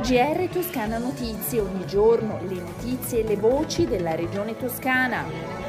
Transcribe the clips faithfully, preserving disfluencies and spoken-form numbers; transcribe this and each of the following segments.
G R Toscana Notizie, ogni giorno le notizie e le voci della regione toscana.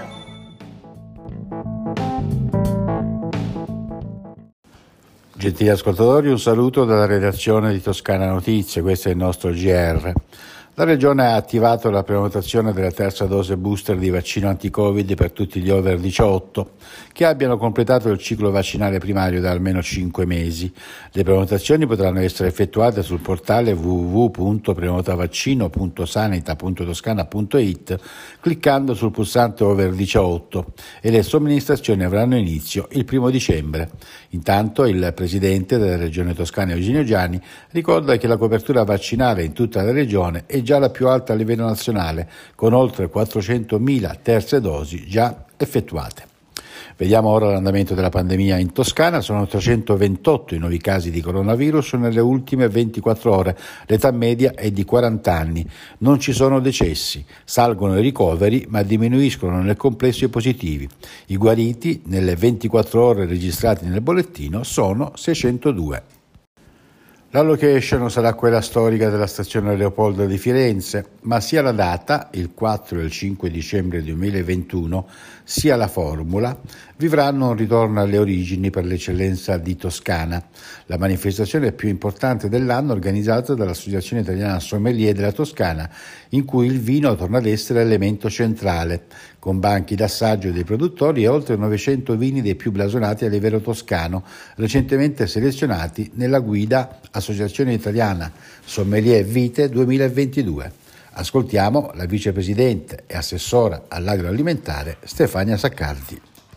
Gentili ascoltatori, un saluto dalla redazione di Toscana Notizie, questo è il nostro G R. La Regione ha attivato la prenotazione della terza dose booster di vaccino anti-Covid per tutti gli over diciotto che abbiano completato il ciclo vaccinale primario da almeno cinque mesi. Le prenotazioni potranno essere effettuate sul portale w w w punto prenotavaccino punto sanita punto toscana punto i t cliccando sul pulsante over diciotto e le somministrazioni avranno inizio il primo dicembre. Intanto il Presidente della Regione Toscana, Eugenio Giani, ricorda che la copertura vaccinale in tutta la Regione è già la più alta a livello nazionale, con oltre quattrocentomila terze dosi già effettuate. Vediamo ora l'andamento della pandemia in Toscana. Sono trecentoventotto i nuovi casi di coronavirus nelle ultime ventiquattro ore. L'età media è di quaranta anni. Non ci sono decessi. Salgono i ricoveri, ma diminuiscono nel complesso i positivi. I guariti, nelle ventiquattro ore registrati nel bollettino, sono seicentodue. La location sarà quella storica della stazione Leopolda di Firenze, ma sia la data, il quattro e il cinque dicembre duemilaventuno, sia la formula vivranno un ritorno alle origini per l'eccellenza di Toscana, la manifestazione più importante dell'anno organizzata dall'Associazione Italiana Sommelier della Toscana, in cui il vino torna ad essere elemento centrale, con banchi d'assaggio dei produttori e oltre novecento vini dei più blasonati a livello toscano, recentemente selezionati nella guida Associazione Italiana Sommelier Vite duemilaventidue. Ascoltiamo la vicepresidente e assessora all'agroalimentare Stefania Saccardi.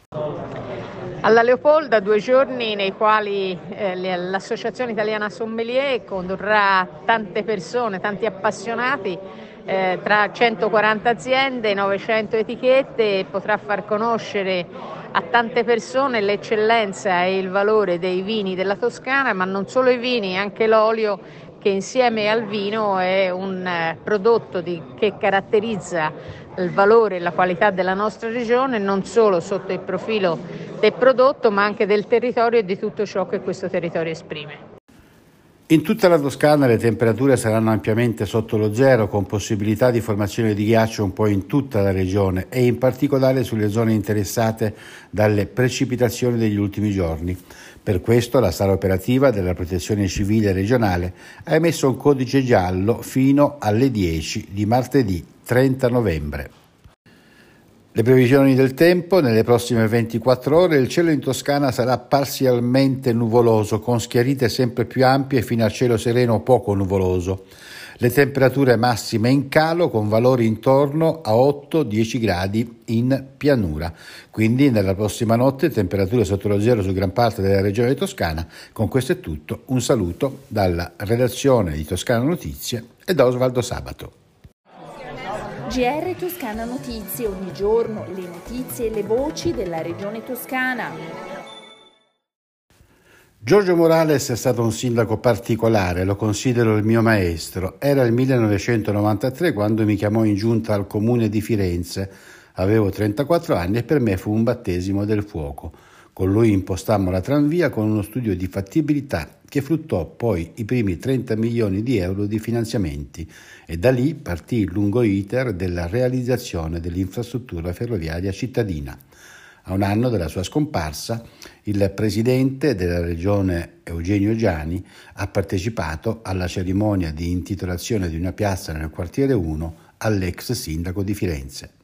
Alla Leopolda, due giorni nei quali eh, l'Associazione Italiana Sommelier condurrà tante persone, tanti appassionati, eh, tra centoquaranta aziende, novecento etichette, e potrà far conoscere a tante persone l'eccellenza e il valore dei vini della Toscana, ma non solo i vini, anche l'olio, che insieme al vino è un eh, prodotto di, che caratterizza il valore e la qualità della nostra regione, non solo sotto il profilo del prodotto, ma anche del territorio e di tutto ciò che questo territorio esprime. In tutta la Toscana le temperature saranno ampiamente sotto lo zero, con possibilità di formazione di ghiaccio un po' in tutta la regione e in particolare sulle zone interessate dalle precipitazioni degli ultimi giorni. Per questo la sala operativa della Protezione Civile regionale ha emesso un codice giallo fino alle dieci di martedì trenta novembre. Le previsioni del tempo: nelle prossime ventiquattro ore il cielo in Toscana sarà parzialmente nuvoloso, con schiarite sempre più ampie fino a cielo sereno poco nuvoloso. Le temperature massime in calo, con valori intorno a otto dieci gradi in pianura. Quindi nella prossima notte temperature sotto lo zero su gran parte della regione toscana. Con questo è tutto. Un saluto dalla redazione di Toscana Notizie e da Osvaldo Sabato. G R Toscana Notizie, ogni giorno le notizie e le voci della regione toscana. Giorgio Morales è stato un sindaco particolare, lo considero il mio maestro. Era il millenovecentonovantatré quando mi chiamò in giunta al comune di Firenze. Avevo trentaquattro anni e per me fu un battesimo del fuoco. Con lui impostammo la tranvia con uno studio di fattibilità che fruttò poi i primi trenta milioni di euro di finanziamenti e da lì partì il lungo iter della realizzazione dell'infrastruttura ferroviaria cittadina. A un anno dalla sua scomparsa, il presidente della regione Eugenio Giani ha partecipato alla cerimonia di intitolazione di una piazza nel quartiere uno all'ex sindaco di Firenze.